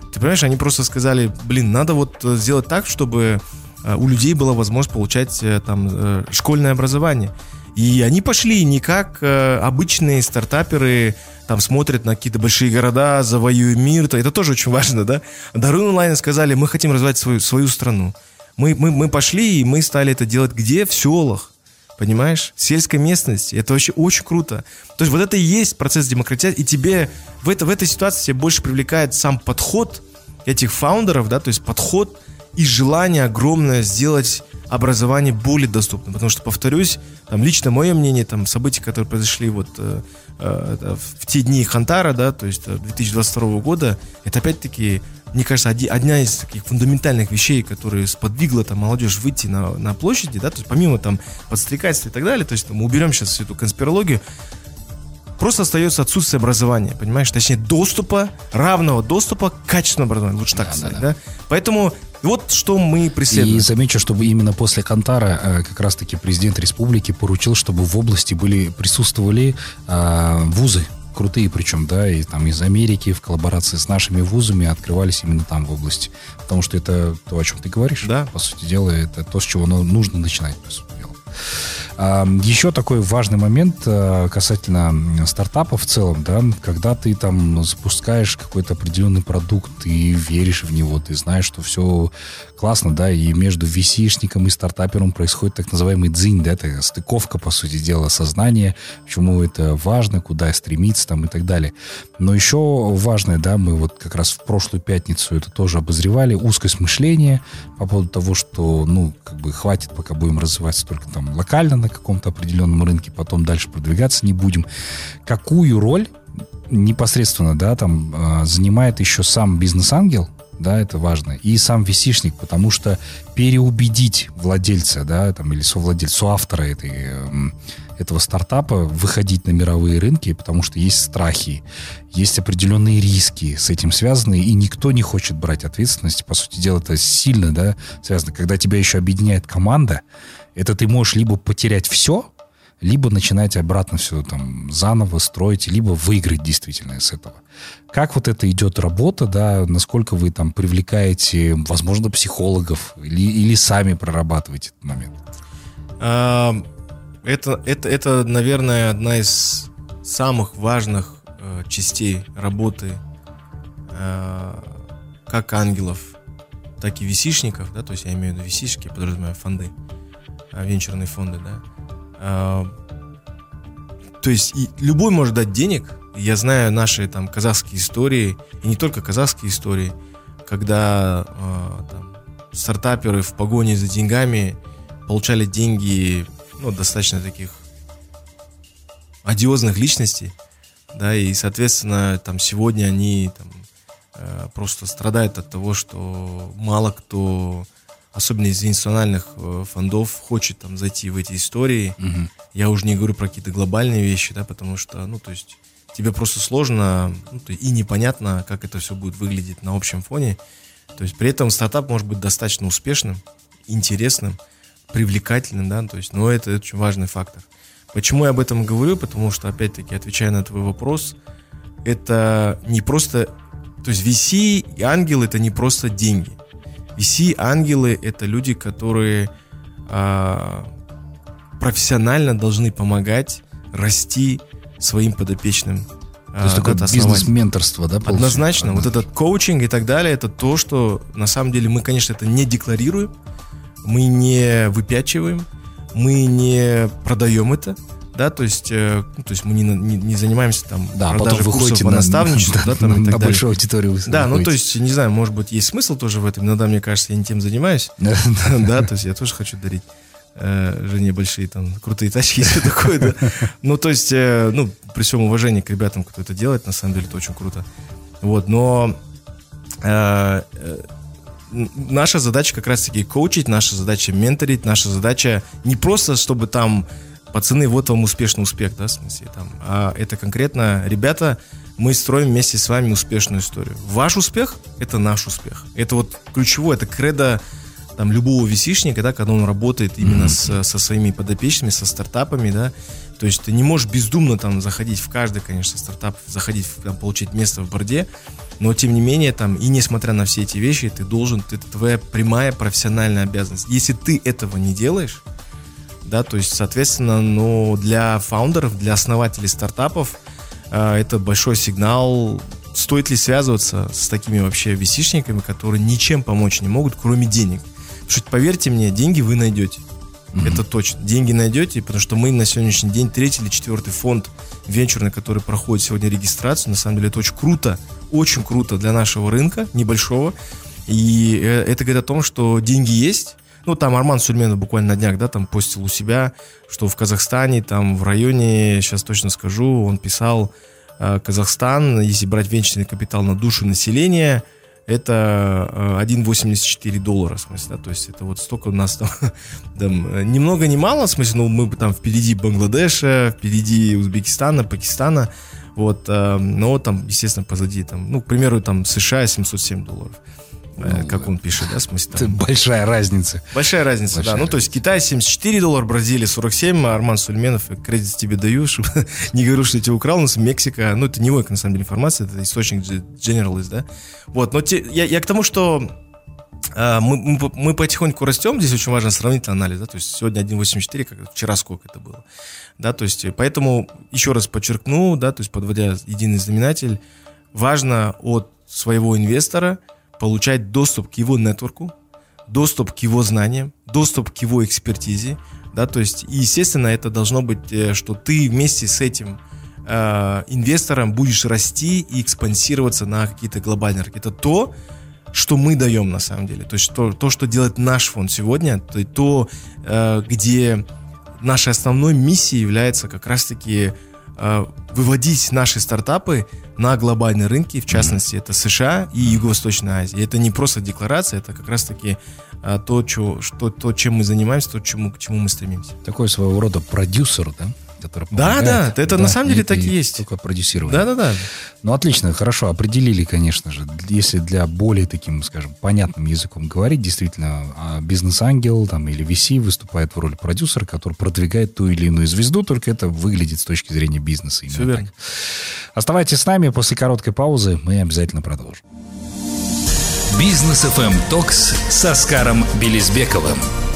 Ты понимаешь, они просто сказали, блин, надо вот сделать так, чтобы у людей была возможность получать там школьное образование. И они пошли не как обычные стартаперы, там смотрят на какие-то большие города, завоюем мир, то это тоже очень важно, да. Darun Online сказали, мы хотим развивать свою, свою страну. Мы, мы, мы пошли, и мы стали это делать где? В селах, понимаешь? В сельской местности. Это вообще очень круто. То есть вот это и есть процесс демократизации, и тебе в, это, в этой ситуации тебе больше привлекает сам подход этих фаундеров, да, то есть подход и желание огромное сделать образование более доступным. Потому что, повторюсь, там, лично мое мнение, там, события, которые произошли вот, э, э, в те дни Хантара, да, то есть две тысячи двадцать второго года, это опять-таки, мне кажется, оди, одна из таких фундаментальных вещей, которые сподвигла там, молодежь выйти на, на площади, да, то есть помимо там подстрекательства и так далее, то есть там, мы уберем сейчас всю эту конспирологию, просто остается отсутствие образования, понимаешь? Точнее, доступа, равного доступа к качественному образованию, лучше так да, сказать, да, да. да? Поэтому вот что мы преследуем. И замечу, чтобы именно после Хантара как раз-таки президент республики поручил, чтобы в области были, присутствовали э, вузы, крутые причем, да, и там из Америки в коллаборации с нашими вузами открывались именно там в области. Потому что это то, о чем ты говоришь. Да. По сути дела, это то, с чего нужно начинать, по сути дела. Еще такой важный момент касательно стартапов в целом, да, когда ты там запускаешь какой-то определенный продукт, ты веришь в него, ты знаешь, что все классно, да, и между ви си-шником и стартапером происходит так называемый дзинь, да, это стыковка, по сути дела, сознания, почему это важно, куда стремиться там и так далее. Но еще важное, да, мы вот как раз в прошлую пятницу это тоже обозревали, узкость мышления по поводу того, что, ну, как бы хватит, пока будем развиваться только там локально на каком-то определенном рынке, потом дальше продвигаться не будем. Какую роль непосредственно, да, там занимает еще сам бизнес-ангел, да, это важно, и сам ви си-шник, потому что переубедить владельца, да, там, или совладельца, соавтора этой, этого стартапа выходить на мировые рынки, потому что есть страхи, есть определенные риски с этим связаны, и никто не хочет брать ответственность. По сути дела, это сильно, да, связано. Когда тебя еще объединяет команда, это ты можешь либо потерять все, либо начинать обратно все там заново строить, либо выиграть действительно с этого. Как вот это идет работа, да, насколько вы там привлекаете, возможно, психологов или, или сами прорабатываете этот момент? Это, это, это, наверное, одна из самых важных э, частей работы э, как ангелов, так и ви си-шников, да, то есть я имею в виду ви си-шники, я подразумеваю фонды, э, венчурные фонды, да. Э, то есть и любой может дать денег. Я знаю наши там казахские истории, и не только казахские истории, когда э, там, стартаперы в погоне за деньгами получали деньги, ну, достаточно таких одиозных личностей, да, и, соответственно, там сегодня они там, э, просто страдают от того, что мало кто, особенно из инвестиционных э, фондов, хочет там зайти в эти истории. Mm-hmm. Я уже не говорю про какие-то глобальные вещи, да, потому что, ну, то есть тебе просто сложно, ну, и непонятно, как это все будет выглядеть на общем фоне. То есть при этом стартап может быть достаточно успешным, интересным, привлекательным, да, то есть, но это очень важный фактор. Почему я об этом говорю? Потому что, опять-таки, отвечая на твой вопрос, это не просто, то есть ви си и ангелы — это не просто деньги. ви си, ангелы — это люди, которые а, профессионально должны помогать расти своим подопечным. То есть такое бизнес-менторство, да? Однозначно. Вот этот коучинг и так далее, это то, что на самом деле мы, конечно, это не декларируем, мы не выпячиваем, мы не продаем это, да, то есть, э, ну, то есть мы не, не, не занимаемся там да, продажей курсов по наставничеству, да, там, на, и так на большую аудиторию. Да, ну то есть, не знаю, может быть, есть смысл тоже в этом. Иногда, мне кажется, я не тем занимаюсь, да, то есть я тоже хочу дарить жене большие там крутые тачки и все такое, да. Ну, то есть, ну, при всем уважении к ребятам, кто это делает, на самом деле это очень круто. Вот, но э, э, наша задача как раз-таки коучить, наша задача менторить, наша задача не просто, чтобы там пацаны, вот вам успешный успех, да, в смысле, там, а это конкретно, ребята, мы строим вместе с вами успешную историю. Ваш успех — это наш успех. Это вот ключевое, это кредо там любого ви си-шника, да, когда он работает именно mm-hmm. с, со своими подопечными, со стартапами, да, то есть ты не можешь бездумно там заходить в каждый, конечно, стартап, заходить, там, получить место в борде, но тем не менее там, и несмотря на все эти вещи, ты должен, это твоя прямая профессиональная обязанность. Если ты этого не делаешь, да, то есть, соответственно, ну, для фаундеров, для основателей стартапов э, это большой сигнал, стоит ли связываться с такими вообще ви си-шниками, которые ничем помочь не могут, кроме денег. Потому что, поверьте мне, деньги вы найдете. Mm-hmm. Это точно. Деньги найдете, потому что мы на сегодняшний день третий или четвертый фонд венчурный, который проходит сегодня регистрацию. На самом деле это очень круто, очень круто для нашего рынка, небольшого. И это говорит о том, что деньги есть. Ну, там Арман Сулейменов буквально на днях, да, там постил у себя, что в Казахстане, там в районе, сейчас точно скажу, он писал, Казахстан, если брать венчурный капитал на душу населения, это один целых восемьдесят четыре доллара, в смысле, да, то есть это вот столько у нас там, там ни много ни мало, в смысле, ну, мы там впереди Бангладеша, впереди Узбекистана, Пакистана, вот, но там, естественно, позади, там, ну, к примеру, там США семьсот семь долларов. Ну, как он пишет, да, в смысле, там, большая разница. Большая разница, большая да. Разница. Ну, то есть Китай семьдесят четыре доллара, Бразилия сорок семь, а Арман Сулейменов, кредит тебе даю, чтобы не говорю, что я тебя украл, у нас Мексика, ну, это не мой, на самом деле, информация, это источник Generalist, да. Вот, но те, я, я к тому, что а, мы, мы, мы потихоньку растем, здесь очень важно сравнительный анализ, да, то есть сегодня один целых восемьдесят четыре, как вчера сколько это было, да, то есть, поэтому, еще раз подчеркну, да, то есть, подводя единый знаменатель, важно от своего инвестора получать доступ к его нетворку, доступ к его знаниям, доступ к его экспертизе, да, то есть, и, естественно, это должно быть, что ты вместе с этим э, инвестором будешь расти и экспансироваться на какие-то глобальные рынки. Это то, что мы даем на самом деле, то есть то, то что делает наш фонд сегодня, то, то э, где нашей основной миссией является как раз-таки э, выводить наши стартапы на глобальные рынки, в частности, это США и Юго-Восточная Азия. И это не просто декларация, это как раз-таки а, то, чё, что, то, чем мы занимаемся, то, чему, к чему мы стремимся. Такой своего рода продюсер, да? Который помогает, да, да, это да, на самом деле так и есть. Только продюсирование. Да, да, да. Ну, отлично, хорошо, определили, конечно же. Если для более таким, скажем, понятным языком говорить, действительно, бизнес-ангел там, или ви си выступает в роли продюсера, который продвигает ту или иную звезду, только это выглядит с точки зрения бизнеса. Все верно. Так. Оставайтесь с нами, после короткой паузы мы обязательно продолжим. Бизнес эф эм Talks с Оскаром Белизбековым.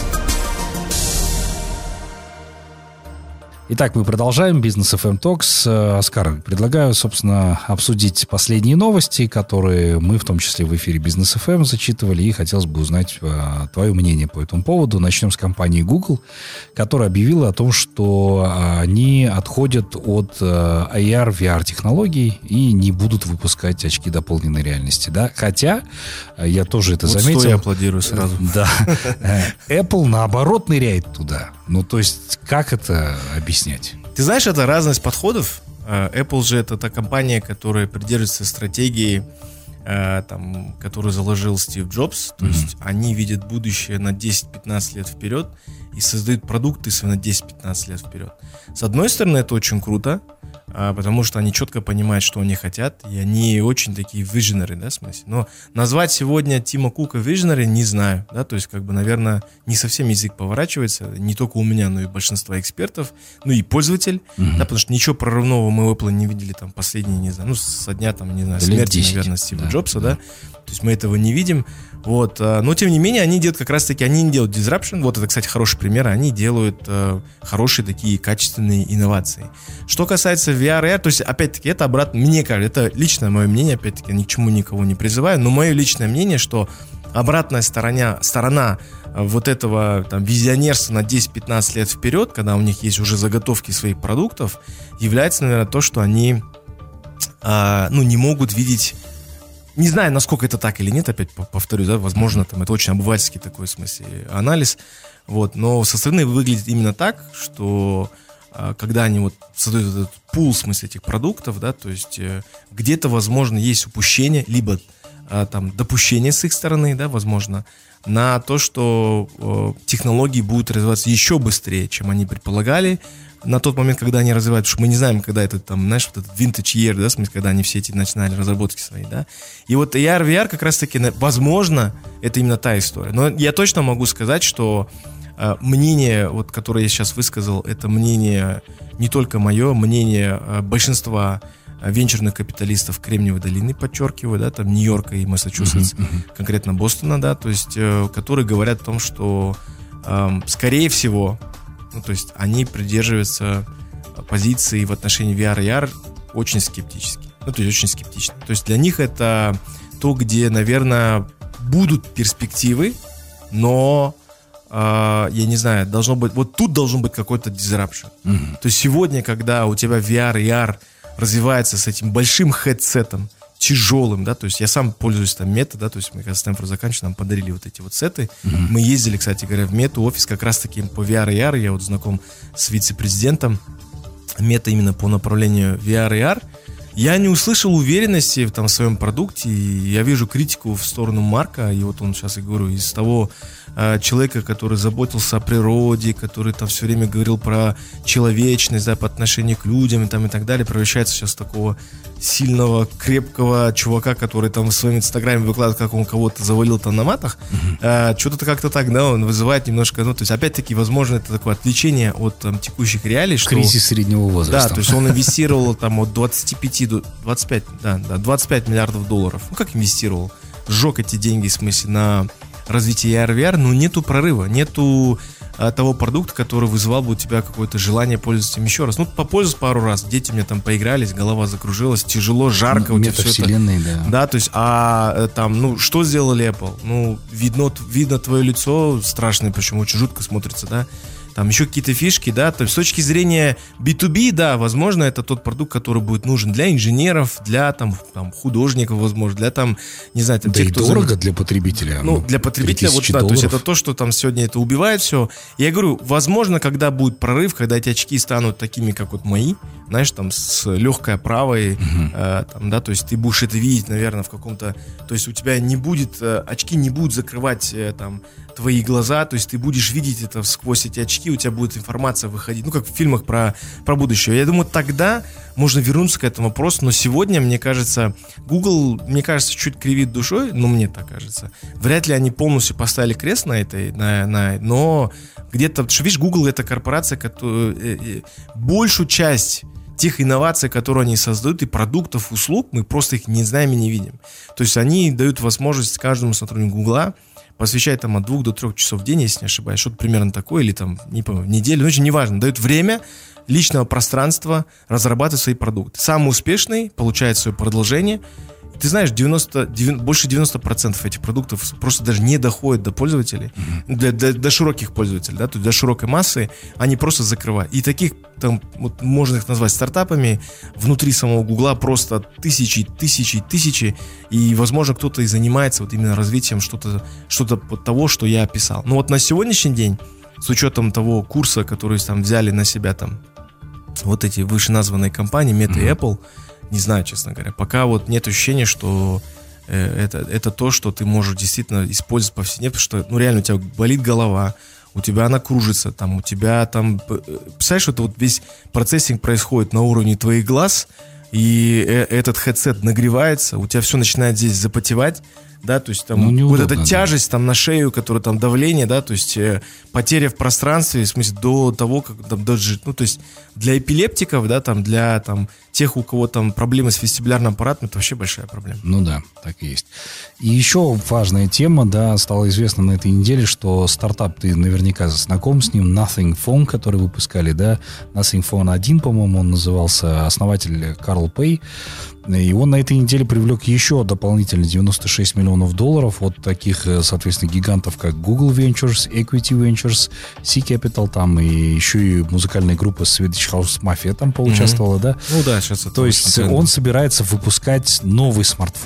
Итак, мы продолжаем Бизнес эф эм Talks. Оскар, предлагаю, собственно, обсудить последние новости, которые мы, в том числе в эфире Бизнес эф эм, зачитывали, и хотелось бы узнать а, твое мнение по этому поводу. Начнем с компании Google, которая объявила о том, что а, они отходят от а, эй ар, ви ар-технологий и не будут выпускать очки дополненной реальности. Да? Хотя, а, я тоже это вот заметил. Стой, я аплодирую сразу. Да. Apple, наоборот, ныряет туда. Ну, то есть, как это объяснять? Ты знаешь, это разность подходов. Apple же это та компания, которая придерживается стратегии, там, которую заложил Стив Джобс. То mm-hmm. есть они видят будущее на десять-пятнадцать лет вперед и создают продукты на десять-пятнадцать лет вперед. С одной стороны, это очень круто, потому что они четко понимают, что они хотят, и они очень такие visionary, да, в смысле. Но назвать сегодня Тима Кука visionary не знаю, да, то есть, как бы, наверное, не совсем язык поворачивается, не только у меня, но и большинства экспертов, ну и пользователь, mm-hmm. да, потому что ничего прорывного мы в Apple не видели там последние, не знаю, ну, со дня, там, не знаю, да смерти, десять, наверное, Стива да, Джобса, да. да, то есть мы этого не видим, вот, но тем не менее они делают как раз-таки, они не делают disruption, вот это, кстати, хороший пример, они делают э, хорошие такие качественные инновации. Что касается ви ар, эй ар, то есть, опять-таки, это обратно, мне кажется, это личное мое мнение, опять-таки, ни к чему никого не призываю, но мое личное мнение, что обратная сторона, сторона вот этого там, визионерства на десять-пятнадцать лет вперед, когда у них есть уже заготовки своих продуктов, является, наверное, то, что они э, ну, не могут видеть. Не знаю, насколько это так или нет, опять повторю, да, возможно, там это очень обывательский такой, в смысле, анализ, вот, но со стороны выглядит именно так, что а, когда они вот создают этот пул, в смысле, этих продуктов, да, то есть э, где-то, возможно, есть упущение, либо а, там допущение с их стороны, да, возможно, на то, что э, технологии будут развиваться еще быстрее, чем они предполагали на тот момент, когда они развивают, потому что мы не знаем, когда это там, знаешь, вот этот vintage year, да, в смысле, когда они все эти начинали разработки свои, да. И вот эй ар, ви ар как раз-таки, возможно, это именно та история. Но я точно могу сказать, что э, мнение, вот, которое я сейчас высказал, это мнение не только мое, мнение э, большинства венчурных капиталистов Кремниевой долины, подчеркиваю, да, там Нью-Йорка и Массачусетс, uh-huh, uh-huh. конкретно Бостона, да, то есть, э, которые говорят о том, что, э, скорее всего, ну, то есть, они придерживаются позиции в отношении ви ар и эй ар очень скептически, ну, то есть, очень скептично. То есть, для них это то, где, наверное, будут перспективы, но, э, я не знаю, должно быть, вот тут должен быть какой-то disruption. Uh-huh. То есть, сегодня, когда у тебя ви ар и эй ар развивается с этим большим хедсетом, тяжелым, да, то есть я сам пользуюсь там мета, да, то есть мы когда Стэнфорд заканчивали, нам подарили вот эти вот сеты, mm-hmm. мы ездили, кстати говоря, в мету, офис как раз-таки по ви ар и эй ар, я вот знаком с вице-президентом мета именно по направлению ви ар и эй ар, я не услышал уверенности там, в своем продукте, и я вижу критику в сторону Марка, и вот он сейчас, я говорю, из того э, человека, который заботился о природе, который там все время говорил про человечность, да, по отношению к людям и, там, и так далее, превращается сейчас в такого сильного, крепкого чувака, который там в своем инстаграме выкладывает, как он кого-то завалил там на матах, mm-hmm. э, что-то как-то так, да, он вызывает немножко, ну, то есть, опять-таки, возможно, это такое отвлечение от там, текущих реалий, что... Кризис среднего возраста. Да, то есть он инвестировал там от двадцати пяти до двадцати пяти, да, да, двадцать пять миллиардов долларов. Ну, как инвестировал? Сжег эти деньги, в смысле, на развитие эй ар, ви ар, но нету прорыва, нету а, того продукта, который вызывал бы у тебя какое-то желание пользоваться им еще раз. Ну, попользовался пару раз, дети у меня там поигрались, голова закружилась, тяжело, жарко. У тебя все это. Да. Да, то есть, а там, ну, что сделали Apple? Ну, видно, видно твое лицо страшное, почему очень жутко смотрится, да. Там еще какие-то фишки, да, то есть с точки зрения би ту би, да, возможно, это тот продукт, который будет нужен для инженеров, для там, там художников, возможно, для там, не знаю, там, да тех, и кто дорого зам... для потребителя. Ну, для потребителя, вот да, то есть это то, что там сегодня это убивает все. Я говорю, возможно, когда будет прорыв, когда эти очки станут такими, как вот мои, знаешь, там, с легкой оправой, uh-huh. э, там, да, то есть ты будешь это видеть, наверное, в каком-то, то есть у тебя не будет, э, очки не будут закрывать, э, там, твои глаза, то есть ты будешь видеть это сквозь эти очки, у тебя будет информация выходить, ну, как в фильмах про, про будущее. Я думаю, тогда можно вернуться к этому вопросу, но сегодня, мне кажется, Google, мне кажется, чуть кривит душой, ну, мне так кажется. Вряд ли они полностью поставили крест на этой, на, на, но где-то, что, видишь, Google — это корпорация, которая э, э, большую часть тех инноваций, которые они создают, и продуктов, услуг, мы просто их не знаем и не видим. То есть они дают возможность каждому сотруднику Гугла посвящать там от двух до трех часов в день, если не ошибаюсь, что-то примерно такое, или там, не помню, неделю, ну, очень неважно, дают время, личного пространства разрабатывать свои продукты. Самый успешный получает свое продолжение. Ты знаешь, девяносто, девяносто, больше девяносто процентов этих продуктов просто даже не доходят до пользователей, mm-hmm. до, до, до широких пользователей, да, то есть до широкой массы, они просто закрывают. И таких, там, вот, можно их назвать стартапами, внутри самого Гугла просто тысячи, тысячи, тысячи, и, возможно, кто-то и занимается вот именно развитием что-то, что-то вот того, что я описал. Но вот на сегодняшний день, с учетом того курса, который там взяли на себя там вот эти вышеназванные компании, Meta mm-hmm. и Apple, не знаю, честно говоря. Пока вот нет ощущения, что э, это, это то, что ты можешь действительно использовать повседневно, потому что, ну, реально, у тебя болит голова, у тебя она кружится, там, у тебя там... Представляешь, это вот весь процессинг происходит на уровне твоих глаз, и э, этот хедсет нагревается, у тебя все начинает здесь запотевать, да, то есть там ну, неудобно, вот эта тяжесть там на шею, которая там давление, да, то есть э, потеря в пространстве, в смысле до того, как там даже, ну, то есть для эпилептиков, да, там, для там тех, у кого там проблемы с вестибулярным аппаратом, это вообще большая проблема. Ну да, так и есть. И еще важная тема, да, стало известно на этой неделе, что стартап, ты наверняка знаком с ним, Nothing Phone, который выпускали, да, Nothing Phone один, по-моему, он назывался, основатель Карл Пэй. И он на этой неделе привлек еще дополнительно девяносто шесть миллионов долларов от таких, соответственно, гигантов, как Google Ventures, Equity Ventures, C-Capital, там и еще и музыкальная группа Swedish House Mafia там поучаствовала, mm-hmm. да? Ну да, сейчас это. То есть он собирается выпускать новый смартфон.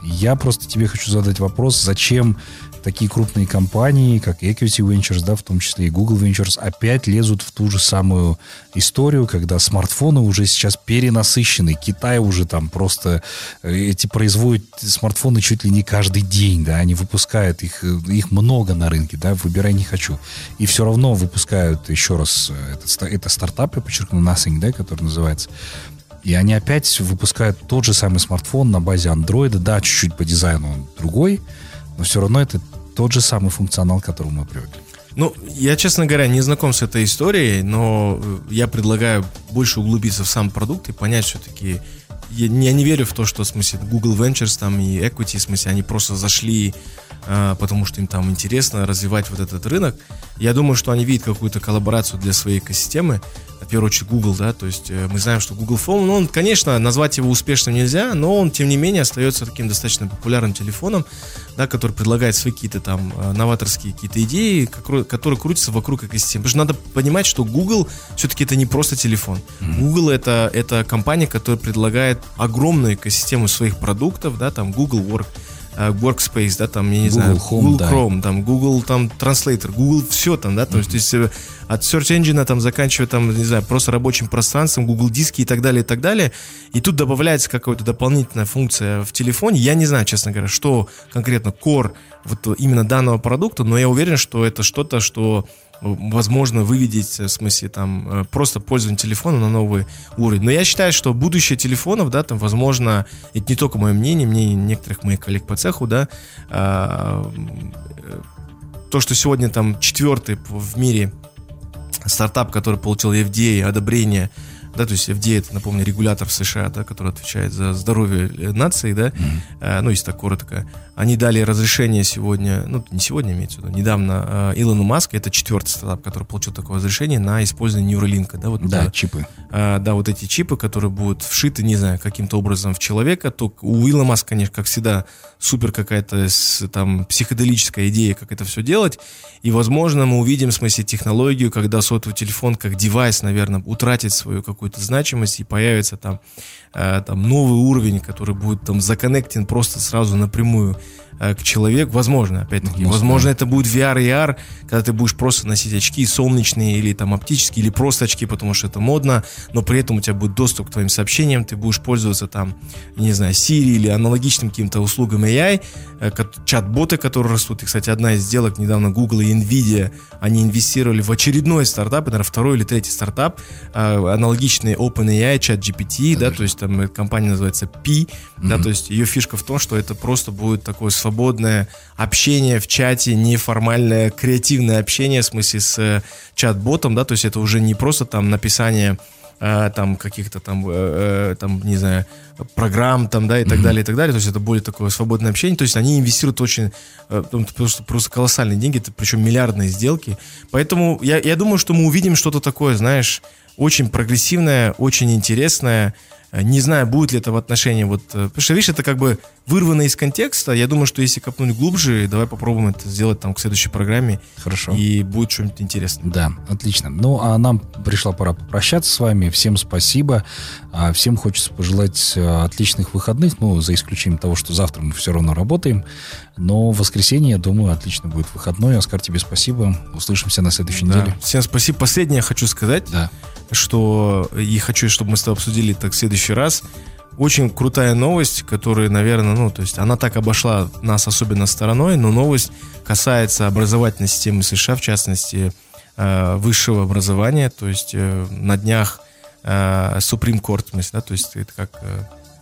Я просто тебе хочу задать вопрос, зачем такие крупные компании, как Equity Ventures, да, в том числе и Google Ventures, опять лезут в ту же самую историю, когда смартфоны уже сейчас перенасыщены. Китай уже там просто эти производят смартфоны чуть ли не каждый день, да, они выпускают их, их много на рынке, да, выбирай не хочу. И все равно выпускают, еще раз, это, это стартап, я подчеркну, Nothing, да, который называется. И они опять выпускают тот же самый смартфон на базе Android, да, чуть-чуть по дизайну он другой, но все равно это тот же самый функционал, к которому мы привыкли. Ну, я, честно говоря, не знаком с этой историей, но я предлагаю больше углубиться в сам продукт и понять все-таки. Я не, я не верю в то, что, в смысле, Google Ventures там и Equity, в смысле, они просто зашли, э, потому что им там интересно развивать вот этот рынок. Я думаю, что они видят какую-то коллаборацию для своей экосистемы. В первую очередь Google, да, то есть э, мы знаем, что Google Phone, ну, он, конечно, назвать его успешным нельзя, но он, тем не менее, остается таким достаточно популярным телефоном, да, который предлагает свои какие-то там э, новаторские какие-то идеи, как, которые крутятся вокруг экосистемы. Потому что надо понимать, что Google все-таки это не просто телефон. Mm-hmm. Google это, это компания, которая предлагает огромную экосистему своих продуктов, да, там Google Work, Workspace, да, там, я не Google знаю, Home, Google да. Chrome, там, Google там Translator, Google все там, да, то, mm-hmm. есть, то есть от Search Engine там заканчивая там, не знаю, просто рабочим пространством, Google диски и так далее, и так далее, и тут добавляется какая-то дополнительная функция в телефоне, я не знаю, честно говоря, что конкретно core вот именно данного продукта, но я уверен, что это что-то, что возможно выведить, в смысле, там, просто пользование телефоном на новый уровень. Но я считаю, что будущее телефонов, да, там, возможно, это не только мое мнение, мнение некоторых моих коллег по цеху, да, а, то, что сегодня там четвертый в мире стартап, который получил эф ди эй одобрение, да, то есть эф ди эй, это, напомню, регулятор в США, да, который отвечает за здоровье нации, да, mm-hmm. а, ну, если так коротко. Они дали разрешение сегодня, ну, не сегодня, имеется в виду, недавно э, Илону Маску, это четвертый стартап, который получил такое разрешение на использование Neuralink, да, вот, да, да, чипы. Э, да, вот эти чипы, которые будут вшиты, не знаю, каким-то образом в человека. То у Илона Маска, конечно, как всегда, супер какая-то там психоделическая идея, как это все делать. И, возможно, мы увидим, в смысле, технологию, когда сотовый телефон как девайс, наверное, утратит свою какую-то значимость и появится там, э, там новый уровень, который будет там законнектен просто сразу напрямую к человеку, возможно, опять-таки, ну, возможно, да. Это будет ви ар и ар, когда ты будешь просто носить очки солнечные или там оптические, или просто очки, потому что это модно, но при этом у тебя будет доступ к твоим сообщениям, ты будешь пользоваться там, не знаю, Siri или аналогичным каким-то услугам эй ай, чат-боты, которые растут. И, кстати, одна из сделок недавно Google и Nvidia, они инвестировали в очередной стартап, наверное, второй или третий стартап, аналогичный OpenAI, ChatGPT, да, то есть там компания называется Pi, mm-hmm. да, то есть ее фишка в том, что это просто будет такое свободное общение в чате, неформальное, креативное общение, в смысле с чат-ботом, да, то есть это уже не просто там написание э, там каких-то там, э, там, не знаю, программ там, да, и так mm-hmm. далее, и так далее, то есть это более такое свободное общение, то есть они инвестируют очень, э, просто, просто колоссальные деньги, это причем миллиардные сделки, поэтому я, я думаю, что мы увидим что-то такое, знаешь, очень прогрессивное, очень интересное. Не знаю, будет ли это в отношении вот... Потому что, видишь, это как бы вырвано из контекста. Я думаю, что если копнуть глубже, давай попробуем это сделать там к следующей программе. Хорошо. И будет что-нибудь интересное. Да, отлично. Ну, а нам пришла пора попрощаться с вами. Всем спасибо. Всем хочется пожелать отличных выходных. Ну, за исключением того, что завтра мы все равно работаем. Но в воскресенье, я думаю, отлично будет выходной. Оскар, тебе спасибо. Услышимся на следующей да. неделе. Всем спасибо. Последнее хочу сказать. Да. Что и хочу, чтобы мы с тобой обсудили так в следующий раз. Очень крутая новость, которая, наверное, ну, то есть она так обошла нас особенно стороной, но новость касается образовательной системы США, в частности, э, высшего образования. То есть э, на днях э, Supreme Court, в смысле, да, то есть это как э,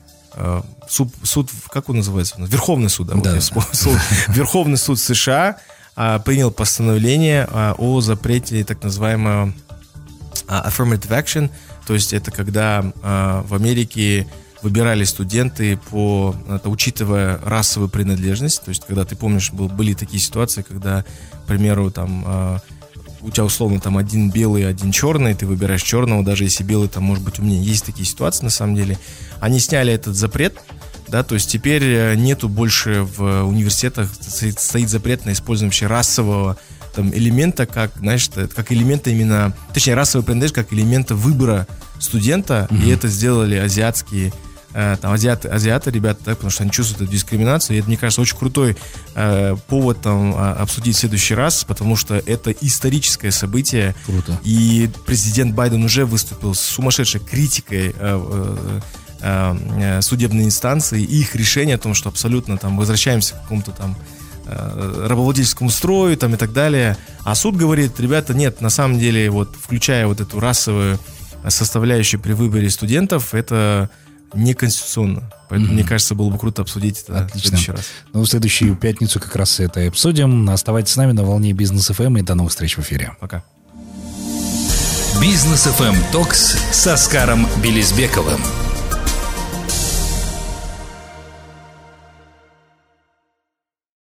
э, суд, суд, как он называется? Верховный суд, да, да, вот да. суд, Верховный суд США э, принял постановление э, о запрете так называемого affirmative action, то есть это когда э, в Америке выбирали студенты по, это, учитывая расовую принадлежность, то есть когда ты помнишь, был, были такие ситуации, когда, к примеру, там э, у тебя условно там один белый, один черный, ты выбираешь черного, даже если белый там может быть умнее. Есть такие ситуации на самом деле. Они сняли этот запрет, да, то есть теперь нету больше в университетах, стоит запрет на использование вообще расового там элемента, как, знаешь, как элемента именно, точнее, расовый принадлежность как элемента выбора студента, mm-hmm. и это сделали азиатские там, азиаты, азиаты, ребята, да, потому что они чувствуют эту дискриминацию. И это, мне кажется, очень крутой э, повод там обсудить в следующий раз, потому что это историческое событие. Круто. И президент Байден уже выступил с сумасшедшей критикой э, э, э, судебной инстанции и их решения о том, что абсолютно там возвращаемся к какому-то там э, рабовладельческому строю там, и так далее. А суд говорит, ребята, нет, на самом деле, вот, включая вот эту расовую составляющую при выборе студентов, это неконституционно. Поэтому, mm-hmm. мне кажется, было бы круто обсудить это Отлично. в следующий раз. Ну, в следующую пятницу как раз это и обсудим. Оставайтесь с нами на волне Бизнес эф эм и до новых встреч в эфире. Пока. Бизнес эф эм Talks с Оскаром Белизбековым.